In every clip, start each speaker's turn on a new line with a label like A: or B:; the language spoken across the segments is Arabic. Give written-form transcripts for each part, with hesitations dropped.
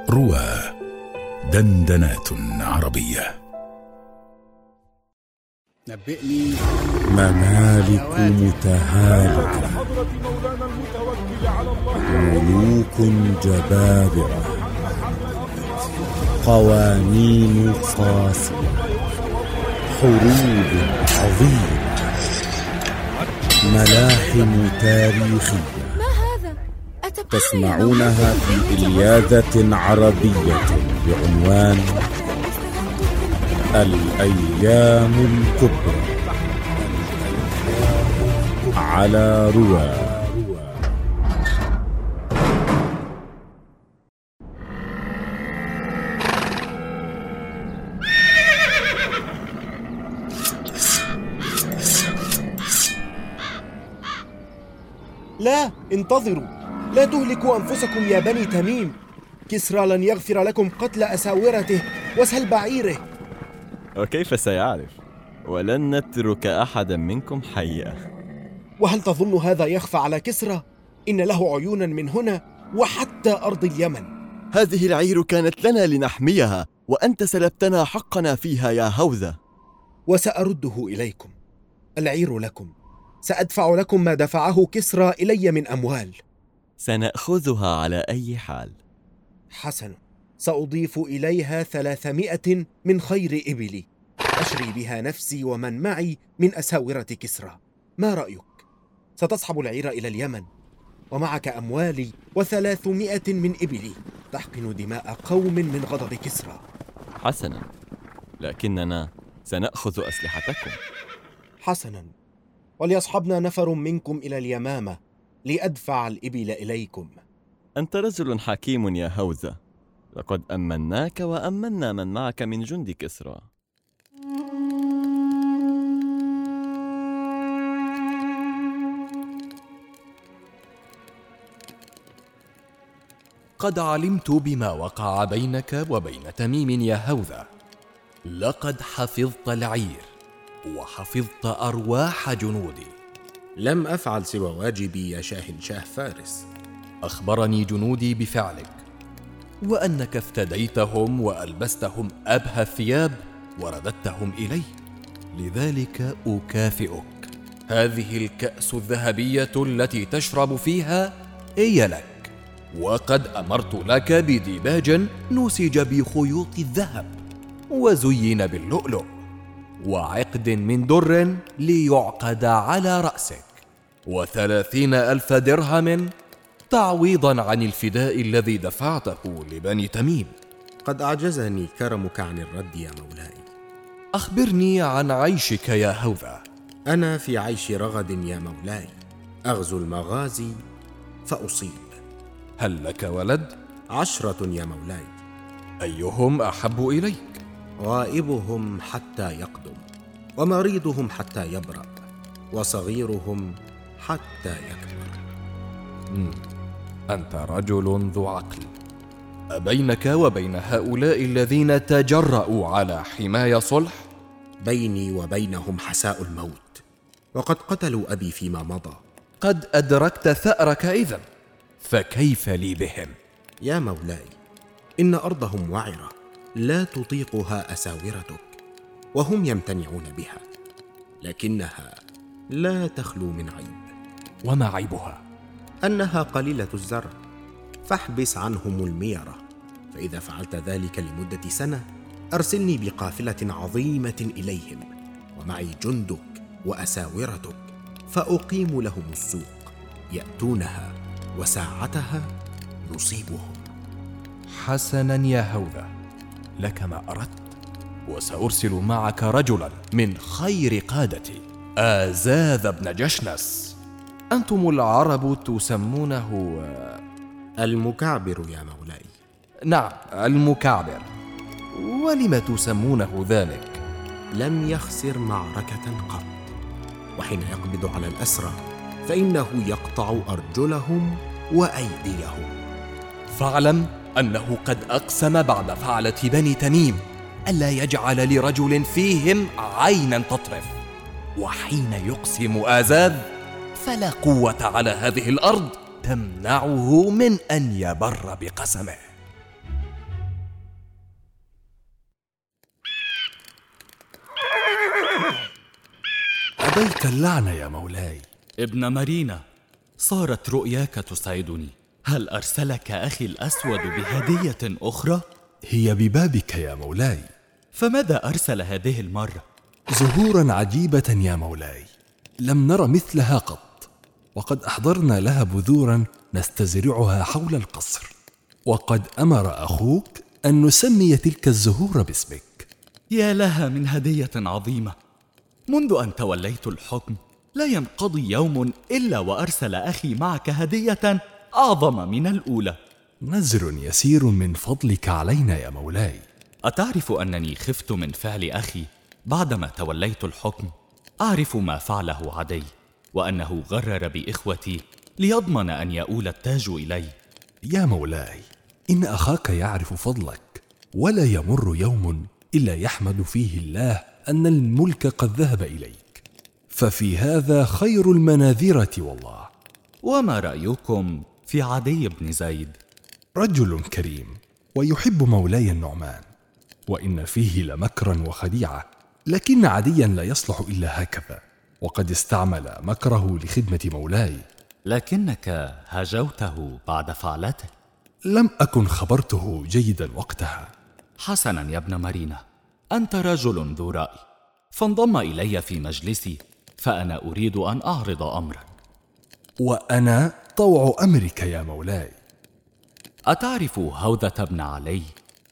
A: روى دندنات عربية.
B: نبئني.
C: ممالك متهالكة، ملوك جبابرة، قوانين قاسية، حروب عظيمة، ملاحم تاريخية تسمعونها في إلياذة عربية بعنوان الأيام الكبرى على روى.
D: لا، انتظروا، لا تهلكوا أنفسكم يا بني تميم. كسرى لن يغفر لكم قتل أساورته وسلب بعيره.
E: وكيف سيعرف؟ ولن نترك أحدا منكم حيا.
D: وهل تظن هذا يخفى على كسرى؟ إن له عيونا من هنا وحتى أرض اليمن.
E: هذه العير كانت لنا لنحميها، وأنت سلبتنا حقنا فيها يا هوذا.
D: وسأرده إليكم. العير لكم، سأدفع لكم ما دفعه كسرى إلي من أموال.
E: سنأخذها على أي حال.
D: حسن، سأضيف إليها 300 من خير إبلي، أشري بها نفسي ومن معي من أساورة كسرى. ما رأيك؟ ستصحب العير إلى اليمن، ومعك أموالي و300 من إبلي تحقن دماء قوم من غضب كسرى.
E: حسنا، لكننا سنأخذ أسلحتكم.
D: حسنا، وليصحبنا نفر منكم إلى اليمامة لأدفع الإبل إليكم.
E: أنت رجل حكيم يا هوذا، لقد أمناك وأمنا من معك من جند كسرى.
F: قد علمت بما وقع بينك وبين تميم يا هوذا. لقد حفظت العير وحفظت أرواح جنودي.
B: لم أفعل سوى واجبي يا شاهنشاه فارس.
F: أخبرني جنودي بفعلك، وأنك افتديتهم وألبستهم أبهى الثياب ورددتهم إلي، لذلك أكافئك. هذه الكأس الذهبية التي تشرب فيها هي لك، وقد أمرت لك بديباج نسج بخيوط الذهب وزين باللؤلؤ، وعقد من در ليعقد على رأسك، 30,000 درهم تعويضا عن الفداء الذي دفعته لبني تميم.
B: قد أعجزني كرمك عن الرد يا مولاي.
F: أخبرني عن عيشك يا هوذا.
B: أنا في عيش رغد يا مولاي، أغزو المغازي فأصيب.
F: هل لك ولد؟
B: 10 يا مولاي.
F: أيهم أحب إليك؟
B: غائبهم حتى يقدم، ومريضهم حتى يبرأ، وصغيرهم حتى يكبر.
F: أنت رجل ذو عقل. أبينك وبين هؤلاء الذين تجرؤوا على حماية صلح؟
B: بيني وبينهم حساء الموت، وقد قتلوا أبي فيما مضى.
F: قد أدركت ثأرك إذن، فكيف لي بهم؟
B: يا مولاي، إن أرضهم وعرة لا تطيقها أساورتك، وهم يمتنعون بها، لكنها لا تخلو من عيب.
F: وما عيبها؟
B: أنها قليلة الزرع، فاحبس عنهم الميرة، فإذا فعلت ذلك لمدة سنة أرسلني بقافلة عظيمة إليهم، ومعي جندك وأساورتك، فأقيم لهم السوق، يأتونها وساعتها نصيبهم.
F: حسنا يا هوذا، لك ما أردت، وسأرسل معك رجلا من خير قادتي، آزاذ بن جشنس. أنتم العرب تسمونه
B: المكعبر يا مولاي.
F: نعم، المكعبر. ولم تسمونه ذلك؟
B: لم يخسر معركة قط، وحين يقبض على الأسرى فإنه يقطع أرجلهم وأيديهم.
F: فاعلم أنه قد أقسم بعد فعلة بني تميم ألا يجعل لرجل فيهم عينا تطرف، وحين يقسم آزاذ فلا قوة على هذه الأرض تمنعه من أن يبر بقسمه. أبيت اللعنة يا مولاي.
G: ابن مارينا، صارت رؤياك تسعدني. هل أرسلك أخي الأسود بهدية أخرى؟
F: هي ببابك يا مولاي.
G: فماذا أرسل هذه المرة؟
F: زهورا عجيبة يا مولاي، لم نر مثلها قط، وقد أحضرنا لها بذورا نستزرعها حول القصر، وقد أمر أخوك أن نسمي تلك الزهور باسمك.
G: يا لها من هدية عظيمة. منذ أن توليت الحكم لا ينقضي يوم إلا وأرسل أخي معك هدية أعظم من الأولى.
F: نذر يسير من فضلك علينا يا مولاي.
G: أتعرف أنني خفت من فعل أخي بعدما توليت الحكم؟ أعرف ما فعله عدي، وأنه غرر بإخوتي ليضمن أن يؤول التاج إلي.
F: يا مولاي، إن أخاك يعرف فضلك، ولا يمر يوم إلا يحمد فيه الله أن الملك قد ذهب إليك، ففي هذا خير المناذرة والله.
G: وما رأيكم في عدي بن زيد؟
F: رجل كريم ويحب مولاي النعمان، وإن فيه لمكرا وخديعة، لكن عديا لا يصلح إلا هكذا، وقد استعمل مكره لخدمة مولاي.
G: لكنك هاجوته بعد فعلته.
F: لم أكن خبرته جيدا وقتها.
G: حسنا يا ابن مارينا، أنت رجل ذو رأي، فانضم إلي في مجلسي، فأنا أريد أن أعرض أمرك.
F: وأنا طوع أمرك يا مولاي.
G: أتعرف هوذة بن علي؟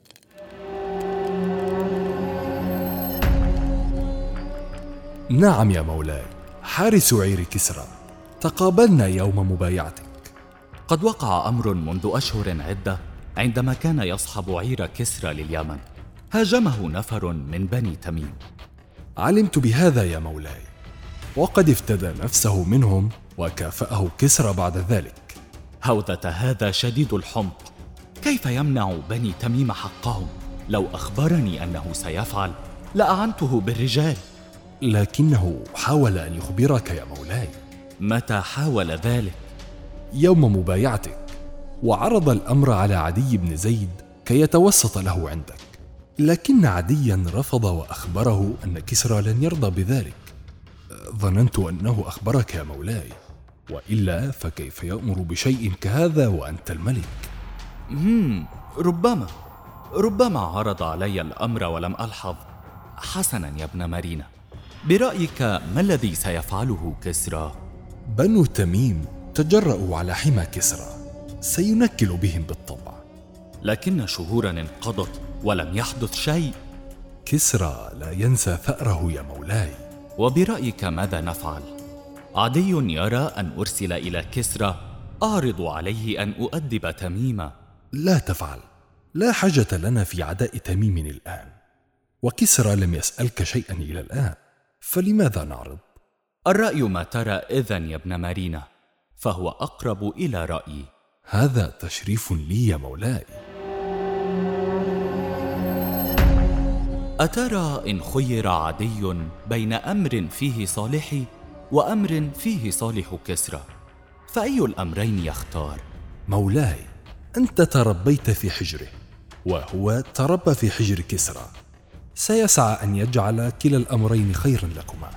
F: نعم يا مولاي، حارس عير كسرى، تقابلنا يوم مبايعتك.
G: قد وقع أمر منذ أشهر عدة عندما كان يصحب عير كسرى لليمن، هاجمه نفر من بني تميم.
F: علمت بهذا يا مولاي، وقد افتدى نفسه منهم وكافأه كسرى بعد ذلك.
G: هوذة هذا شديد الحمق، كيف يمنع بني تميم حقهم؟ لو أخبرني أنه سيفعل لأعنته بالرجال.
F: لكنه حاول أن يخبرك يا مولاي.
G: متى حاول ذلك؟
F: يوم مبايعتك، وعرض الأمر على عدي بن زيد كي يتوسط له عندك، لكن عديا رفض وأخبره أن كسرى لن يرضى بذلك. ظننت أنه أخبرك يا مولاي، وإلا فكيف يأمر بشيء كهذا وأنت الملك؟
G: ربما عرض علي الأمر ولم ألحظ. حسنا يا ابن مارينا، برأيك ما الذي سيفعله كسرى؟
F: بنو تميم تجرأوا على حمى كسرى، سينكل بهم بالطبع.
G: لكن شهورا انقضت ولم يحدث شيء.
F: كسرى لا ينسى ثأره يا مولاي.
G: وبرأيك ماذا نفعل؟ عدي يرى أن أرسل إلى كسرى أعرض عليه أن أؤدب تميما.
F: لا تفعل، لا حاجة لنا في عداء تميم الآن، وكسرى لم يسألك شيئا إلى الآن، فلماذا نعرض؟
G: الرأي ما ترى إذن يا ابن مارينا، فهو أقرب إلى رأيي.
F: هذا تشريف لي يا مولاي.
G: أترى إن خير عدي بين أمر فيه صالحي وأمر فيه صالح كسرى، فأي الأمرين يختار؟
F: مولاي، أنت تربيت في حجره، وهو تربى في حجر كسرى، سيسعى أن يجعل كلا الأمرين خيرا لكما.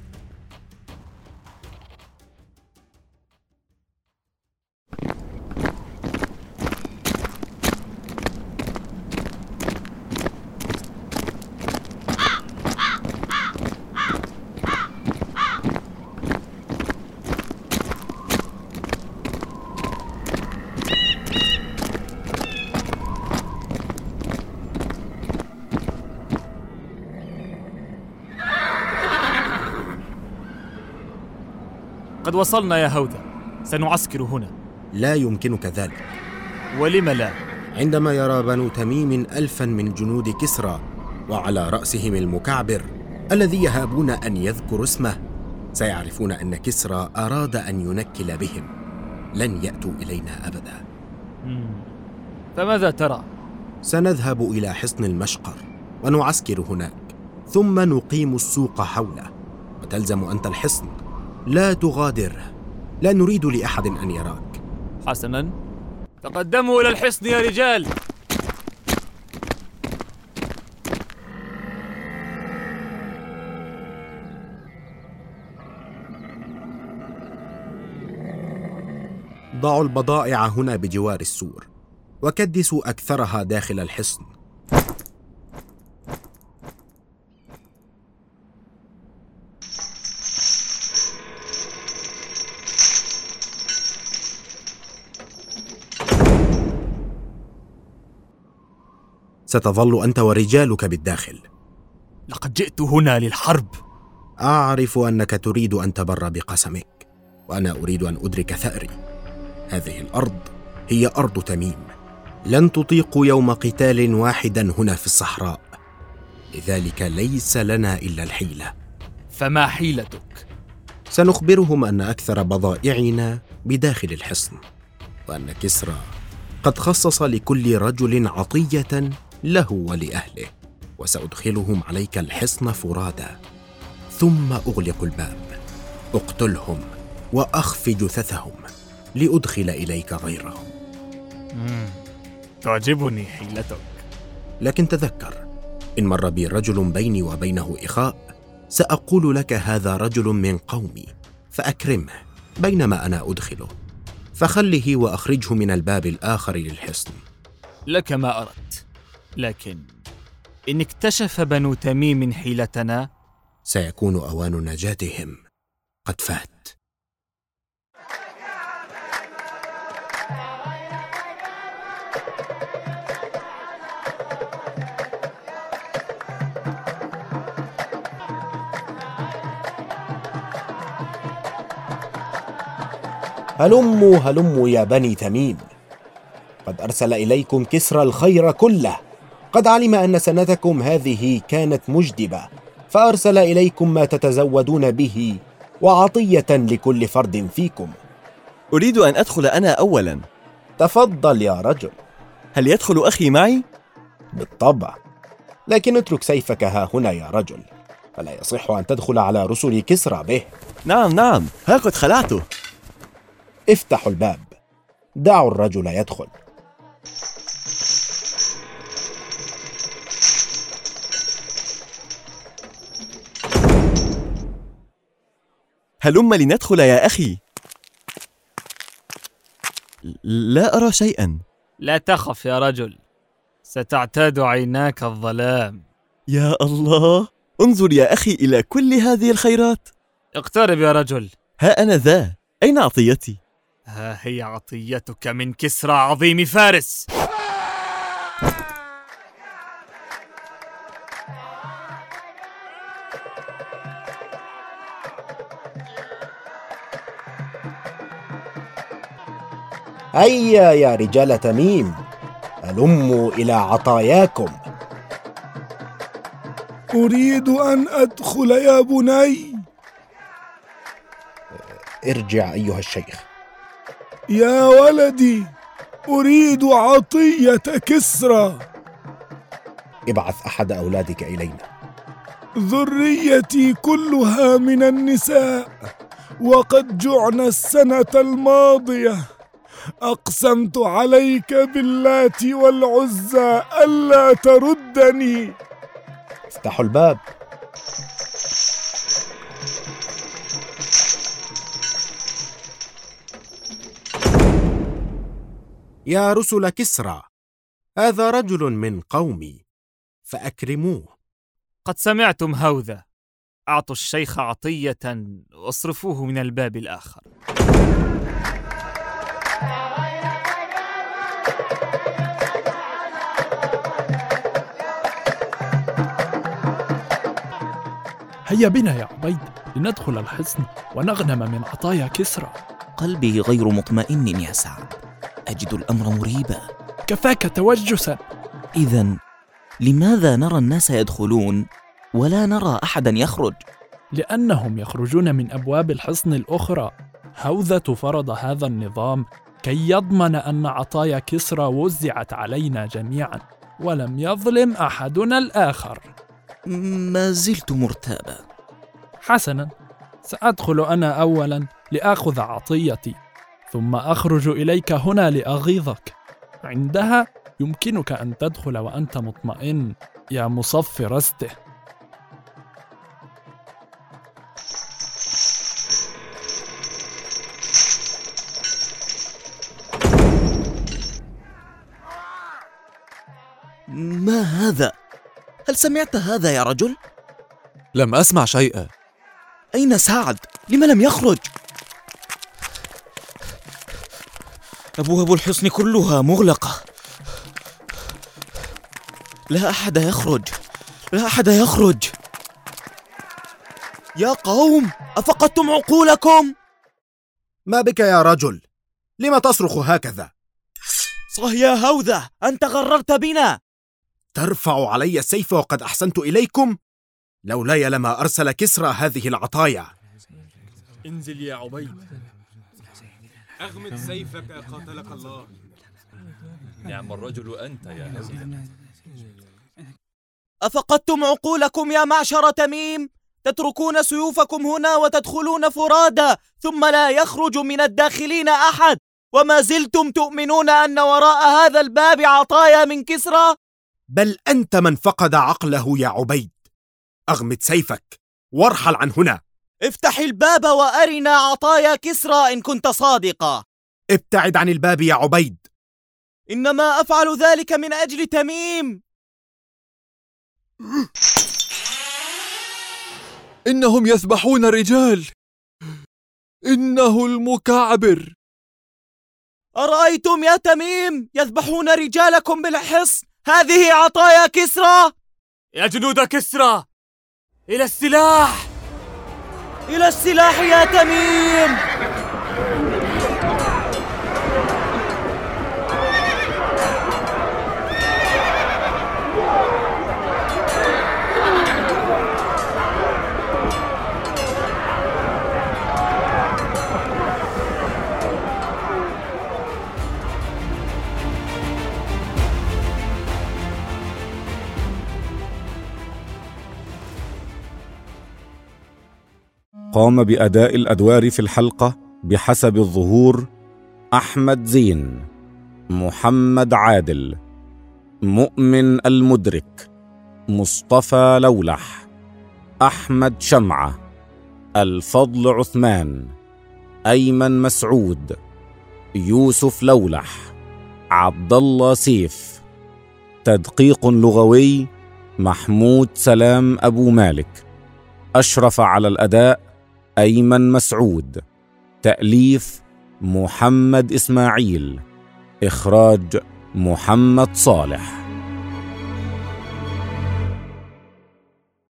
H: قد وصلنا يا هوذا، سنعسكر هنا.
B: لا يمكنك ذلك.
H: ولم لا؟
B: عندما يرى بنو تميم 1000 من جنود كسرى وعلى رأسهم المكعبر الذي يهابون أن يذكروا اسمه، سيعرفون أن كسرى أراد أن ينكل بهم، لن يأتوا إلينا أبدا.
H: فماذا ترى؟
B: سنذهب إلى حصن المشقر ونعسكر هناك، ثم نقيم السوق حوله، وتلزم أنت الحصن، لا تغادره، لا نريد لأحد أن يراك.
H: حسنا، تقدموا إلى الحصن يا رجال.
B: ضعوا البضائع هنا بجوار السور، وكدسوا أكثرها داخل الحصن. ستظل أنت ورجالك بالداخل.
H: لقد جئت هنا للحرب.
B: أعرف أنك تريد أن تبر بقسمك، وأنا أريد أن أدرك ثأري. هذه الأرض هي أرض تميم، لن تطيق يوم قتال واحدا هنا في الصحراء، لذلك ليس لنا إلا الحيلة.
H: فما حيلتك؟
B: سنخبرهم أن أكثر بضائعنا بداخل الحصن، وأن كسرى قد خصص لكل رجل عطية له ولأهله، وسأدخلهم عليك الحصن فرادى، ثم أغلق الباب، أقتلهم وأخف جثثهم لأدخل إليك غيرهم.
H: تعجبني حيلتك.
B: لكن تذكر، إن مر بي رجل بيني وبينه إخاء، سأقول لك هذا رجل من قومي، فأكرمه بينما أنا أدخله، فخله وأخرجه من الباب الآخر للحصن.
H: لك ما أردت، لكن إن اكتشف بنو تميم حيلتنا
B: سيكون أوان نجاتهم قد فات.
D: هلموا هلموا يا بني تميم، قد أرسل إليكم كسرى الخير كله، قد علم أن سنتكم هذه كانت مجدبة، فأرسل إليكم ما تتزودون به وعطية لكل فرد فيكم.
E: أريد أن أدخل أنا أولاً.
D: تفضل يا رجل.
E: هل يدخل أخي معي؟
D: بالطبع، لكن اترك سيفك ها هنا يا رجل، فلا يصح أن تدخل على رسل كسرى به.
E: نعم، ها قد خلعته.
D: افتحوا الباب، دعوا الرجل يدخل.
E: هلم لندخل يا أخي. لا أرى شيئا.
H: لا تخف يا رجل، ستعتاد عيناك الظلام.
E: يا الله، انظر يا أخي إلى كل هذه الخيرات.
H: اقترب يا رجل.
E: ها أنا ذا، أين عطيتي؟
H: ها هي عطيتك من كسرى عظيم فارس.
D: هيا يا رجال تميم، هلموا إلى عطاياكم.
I: أريد أن أدخل يا بني.
D: ارجع أيها الشيخ.
I: يا ولدي، أريد عطية كسرى.
D: ابعث أحد أولادك إلينا.
I: ذريتي كلها من النساء، وقد جعنا السنة الماضية. أقسمت عليك باللات والعزى ألا تردني.
D: افتحوا الباب.
B: يا رسل كسرى، هذا رجل من قومي، فأكرموه.
H: قد سمعتم هوذا، أعطوا الشيخ عطية واصرفوه من الباب الآخر.
J: هيا بنا يا عبيد لندخل الحصن ونغنم من عطايا كسرى.
K: قلبي غير مطمئن يا سعد، أجد الأمر مريبا.
J: كفاك توجسا.
K: إذن لماذا نرى الناس يدخلون ولا نرى أحدا يخرج؟
J: لأنهم يخرجون من أبواب الحصن الأخرى. هوذة فرض هذا النظام كي يضمن أن عطايا كسرى وزعت علينا جميعا، ولم يظلم أحدنا الآخر.
K: ما زلت مرتابا.
J: حسنا، سأدخل أنا أولا لآخذ عطيتي، ثم أخرج إليك هنا لأغيظك. عندها يمكنك أن تدخل وأنت مطمئن يا مصفي رسته.
K: ما هذا؟ هل سمعت هذا يا رجل؟
F: لم أسمع شيئا.
K: أين سعد؟ لم لم يخرج؟ أبواب الحصن كلها مغلقة. لا أحد يخرج، لا أحد يخرج. يا قوم، أفقدتم عقولكم؟
D: ما بك يا رجل؟ لم تصرخ هكذا؟
K: صح يا هوذا، أنت غررت بنا.
D: ترفع علي السيف وقد أحسنت إليكم؟ لولاي لما أرسل كسرى هذه العطايا.
L: انزل يا عبيد، أغمد سيفك قاتلك الله.
G: نعم الرجل أنت يا هوذا.
K: أفقدتم عقولكم يا معشر تميم؟ تتركون سيوفكم هنا وتدخلون فرادى، ثم لا يخرج من الداخلين أحد، وما زلتم تؤمنون أن وراء هذا الباب عطايا من كسرى؟
D: بل أنت من فقد عقله يا عبيد. أغمد سيفك وارحل عن هنا.
K: افتح الباب وأرنا عطايا كسرى إن كنت صادقا.
D: ابتعد عن الباب يا عبيد.
K: إنما أفعل ذلك من أجل تميم.
F: إنهم يذبحون الرجال. إنه المكعبر.
K: أرأيتم يا تميم؟ يذبحون رجالكم بالحصن. هذه عطايا كسرى.
H: يا جنود كسرى، إلى السلاح،
K: إلى السلاح يا تميم.
C: قام بأداء الأدوار في الحلقة بحسب الظهور: أحمد زين، محمد عادل، مؤمن المدرك، مصطفى لولح، أحمد شمعة، الفضل عثمان، أيمن مسعود، يوسف لولح، عبد الله سيف. تدقيق لغوي: محمود سلام أبو مالك. أشرف على الأداء: أيمن مسعود. تأليف: محمد إسماعيل. إخراج: محمد صالح.